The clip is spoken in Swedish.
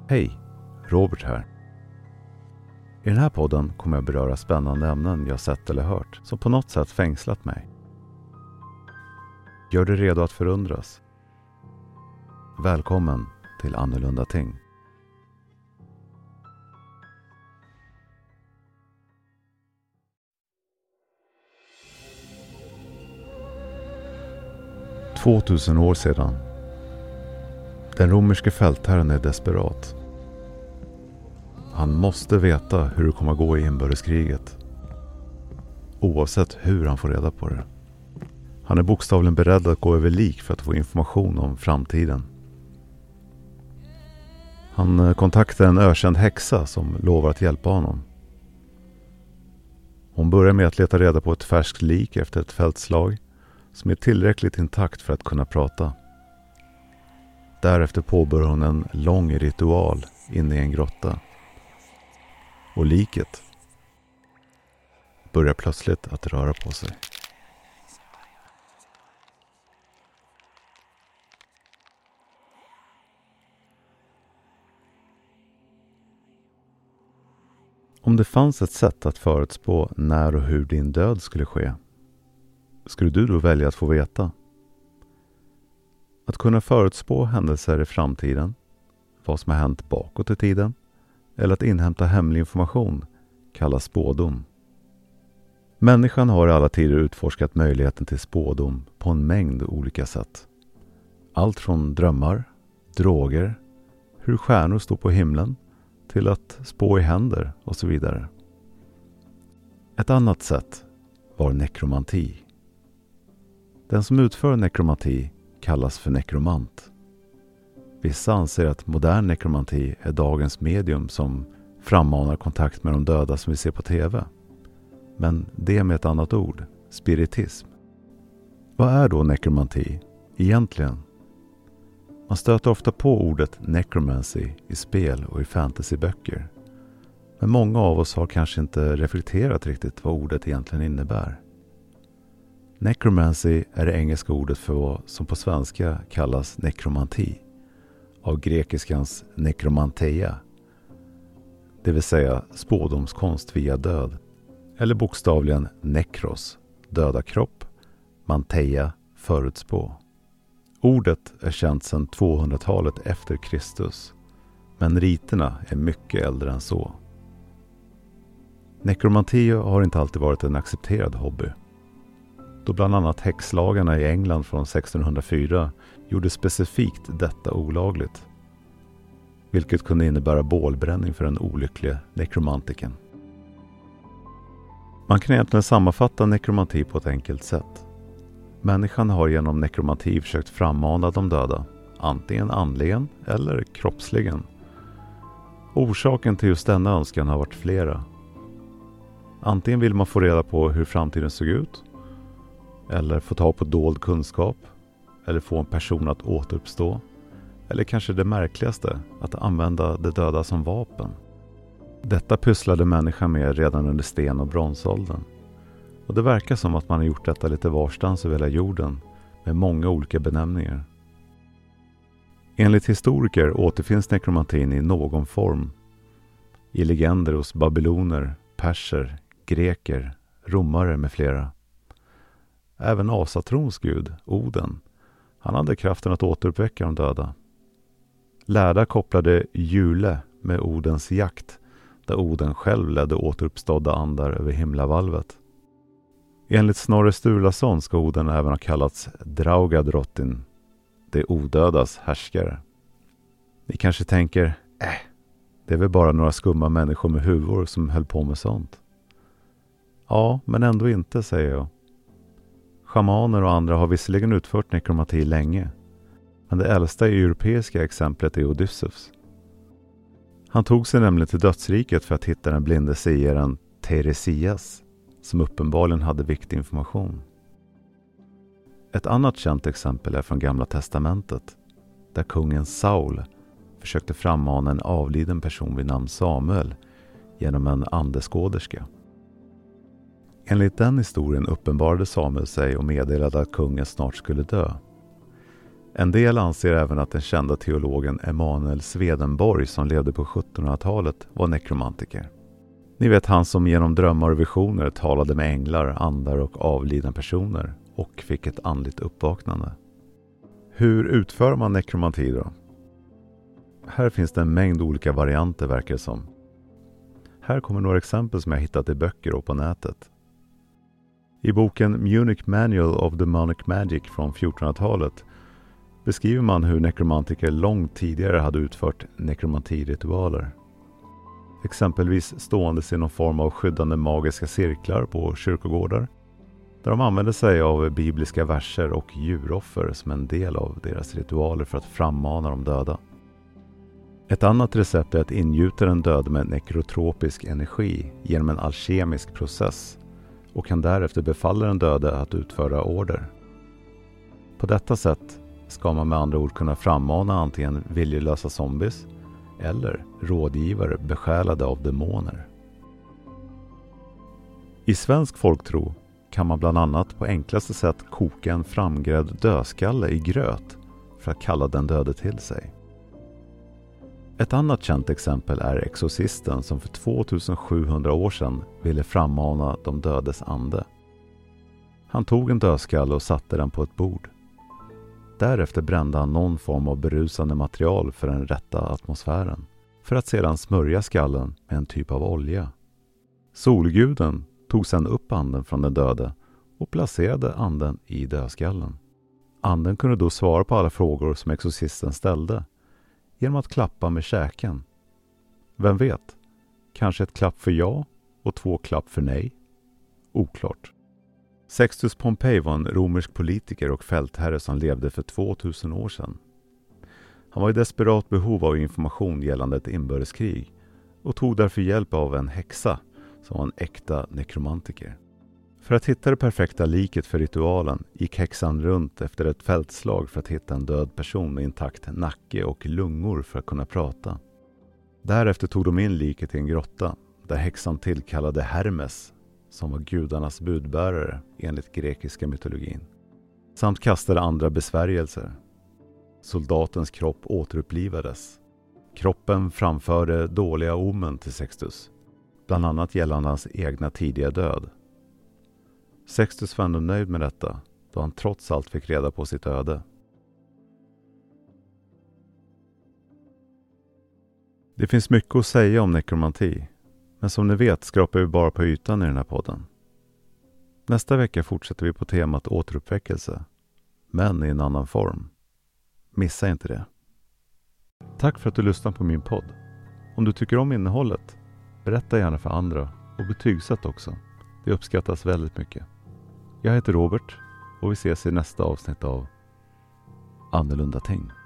Hej, Robert här. I den här podden kommer jag beröra spännande ämnen jag sett eller hört som på något sätt fängslat mig. Gör dig redo att förundras. Välkommen till Annorlunda ting. "2000 år sedan. Den romerske fältherren är desperat. Han måste veta hur det kommer att gå i inbördeskriget. Oavsett hur han får reda på det. Han är bokstavligen beredd att gå över lik för att få information om framtiden. Han kontaktar en ökänd häxa som lovar att hjälpa honom. Hon börjar med att leta reda på ett färskt lik efter ett fältslag som är tillräckligt intakt för att kunna prata. Därefter påbörjar hon en lång ritual inne i en grotta. Och liket börjar plötsligt att röra på sig. Om det fanns ett sätt att förutspå när och hur din död skulle ske, skulle du då välja att få veta? Att kunna förutspå händelser i framtiden, vad som har hänt bakåt i tiden, eller att inhämta hemlig information kallas spådom. Människan har i alla tider utforskat möjligheten till spådom på en mängd olika sätt. Allt från drömmar, droger, hur stjärnor står på himlen, till att spå i händer och så vidare. Ett annat sätt var nekromanti. Den som utför nekromanti kallas för nekromant. Vissa anser att modern nekromanti är dagens medium som frammanar kontakt med de döda som vi ser på tv. Men det med ett annat ord, spiritism. Vad är då nekromanti egentligen? Man stöter ofta på ordet necromancy i spel och i fantasyböcker. Men många av oss har kanske inte reflekterat riktigt vad ordet egentligen innebär. Necromancy är det engelska ordet för vad som på svenska kallas nekromanti. Av grekiskans nekromanteia, det vill säga spådomskonst via död, eller bokstavligen nekros, döda kropp, manteia, förutspå. Ordet är känt sedan 200-talet efter Kristus, men riterna är mycket äldre än så. Nekromanti har inte alltid varit en accepterad hobby. Då bland annat häxlagarna i England från 1604 gjorde specifikt detta olagligt, vilket kunde innebära bålbränning för den olyckliga nekromantiken. Man kan egentligen sammanfatta nekromanti på ett enkelt sätt. Människan har genom nekromanti försökt frammana de döda, antingen andligen eller kroppsligen. Orsaken till just denna önskan har varit flera. Antingen vill man få reda på hur framtiden såg ut, eller få ta på dold kunskap, eller få en person att återuppstå, eller kanske det märkligaste, att använda det döda som vapen. Detta pysslade människan med redan under sten- och bronsåldern. Och det verkar som att man har gjort detta lite varstans över hela jorden med många olika benämningar. Enligt historiker återfinns nekromantin i någon form i legender hos babyloner, perser, greker, romare med flera. Även Asatrons gud, Oden, han hade kraften att återuppväcka de döda. Lärda kopplade Jule med Odens jakt, där Oden själv ledde återuppstådda andar över himlavalvet. Enligt Snorre Sturlason ska Oden även ha kallats Draugadrottin, det odödas härskare. Ni kanske tänker, det är väl bara några skumma människor med huvor som höll på med sånt. Ja, men ändå inte, säger jag. Schamaner och andra har visserligen utfört nekromanti länge, men det äldsta europeiska exemplet är Odysseus. Han tog sig nämligen till dödsriket för att hitta den blinde siaren Teiresias, som uppenbarligen hade viktig information. Ett annat känt exempel är från Gamla testamentet, där kungen Saul försökte frammana en avliden person vid namn Samuel genom en andeskåderska. Enligt den historien uppenbarade Samuel sig och meddelade att kungen snart skulle dö. En del anser även att den kända teologen Emanuel Swedenborg som levde på 1700-talet var nekromantiker. Ni vet han som genom drömmar och visioner talade med änglar, andar och avlidna personer och fick ett andligt uppvaknande. Hur utför man nekromanti då? Här finns det en mängd olika varianter verkar det som. Här kommer några exempel som jag hittat i böcker och på nätet. I boken Munich Manual of Demonic Magic från 1400-talet beskriver man hur nekromantiker långt tidigare hade utfört nekromantiritualer. Exempelvis ståendes i någon form av skyddande magiska cirklar på kyrkogårdar, där de använde sig av bibliska verser och djuroffer som en del av deras ritualer för att frammana de döda. Ett annat recept är att ingjuta den döde med nekrotropisk energi genom en alkemisk process och kan därefter befalla den döde att utföra order. På detta sätt ska man med andra ord kunna frammana antingen viljelösa zombies eller rådgivare besjälade av demoner. I svensk folktro kan man bland annat på enklaste sätt koka en framgrävd dödskalle i gröt för att kalla den döde till sig. Ett annat känt exempel är exorcisten som för 2700 år sedan ville frammana de dödes ande. Han tog en dödskalle och satte den på ett bord. Därefter brände han någon form av berusande material för den rätta atmosfären, för att sedan smörja skallen med en typ av olja. Solguden tog sedan upp anden från den döde och placerade anden i dödskallen. Anden kunde då svara på alla frågor som exorcisten ställde genom att klappa med käken. Vem vet? Kanske ett klapp för ja och 2 klapp för nej? Oklart. Sextus Pompei var en romersk politiker och fältherre som levde för 2000 år sedan. Han var i desperat behov av information gällande ett inbördeskrig och tog därför hjälp av en häxa som var en äkta nekromantiker. För att hitta det perfekta liket för ritualen gick häxan runt efter ett fältslag för att hitta en död person med intakt nacke och lungor för att kunna prata. Därefter tog de in liket i en grotta där häxan tillkallade Hermes, som var gudarnas budbärare enligt grekiska mytologin, samt kastade andra besvärjelser. Soldatens kropp återupplivades. Kroppen framförde dåliga omen till Sextus, bland annat gällande hans egna tidiga död. Sextus var ändå nöjd med detta, då han trots allt fick reda på sitt öde. Det finns mycket att säga om nekromanti, men som ni vet skrapar vi bara på ytan i den här podden. Nästa vecka fortsätter vi på temat återuppväckelse, men i en annan form. Missa inte det. Tack för att du lyssnar på min podd. Om du tycker om innehållet, berätta gärna för andra och betygsätt också. Det uppskattas väldigt mycket. Jag heter Robert och vi ses i nästa avsnitt av Annorlunda ting.